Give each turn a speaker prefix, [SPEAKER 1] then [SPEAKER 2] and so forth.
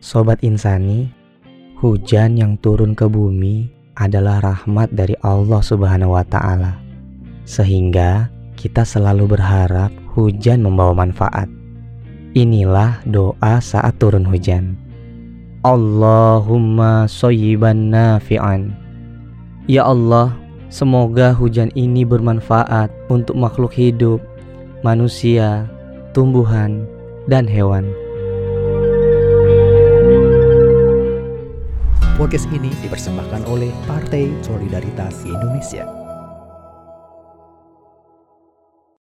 [SPEAKER 1] Sobat Insani, hujan yang turun ke bumi adalah rahmat dari Allah Subhanahu wa Ta'ala, sehingga kita selalu berharap hujan membawa manfaat. Inilah doa saat turun hujan. Allahumma shayyiban nafi'an. Ya Allah, semoga hujan ini bermanfaat untuk makhluk hidup, manusia, tumbuhan, dan hewan.
[SPEAKER 2] Podcast ini dipersembahkan oleh Partai Solidaritas Indonesia.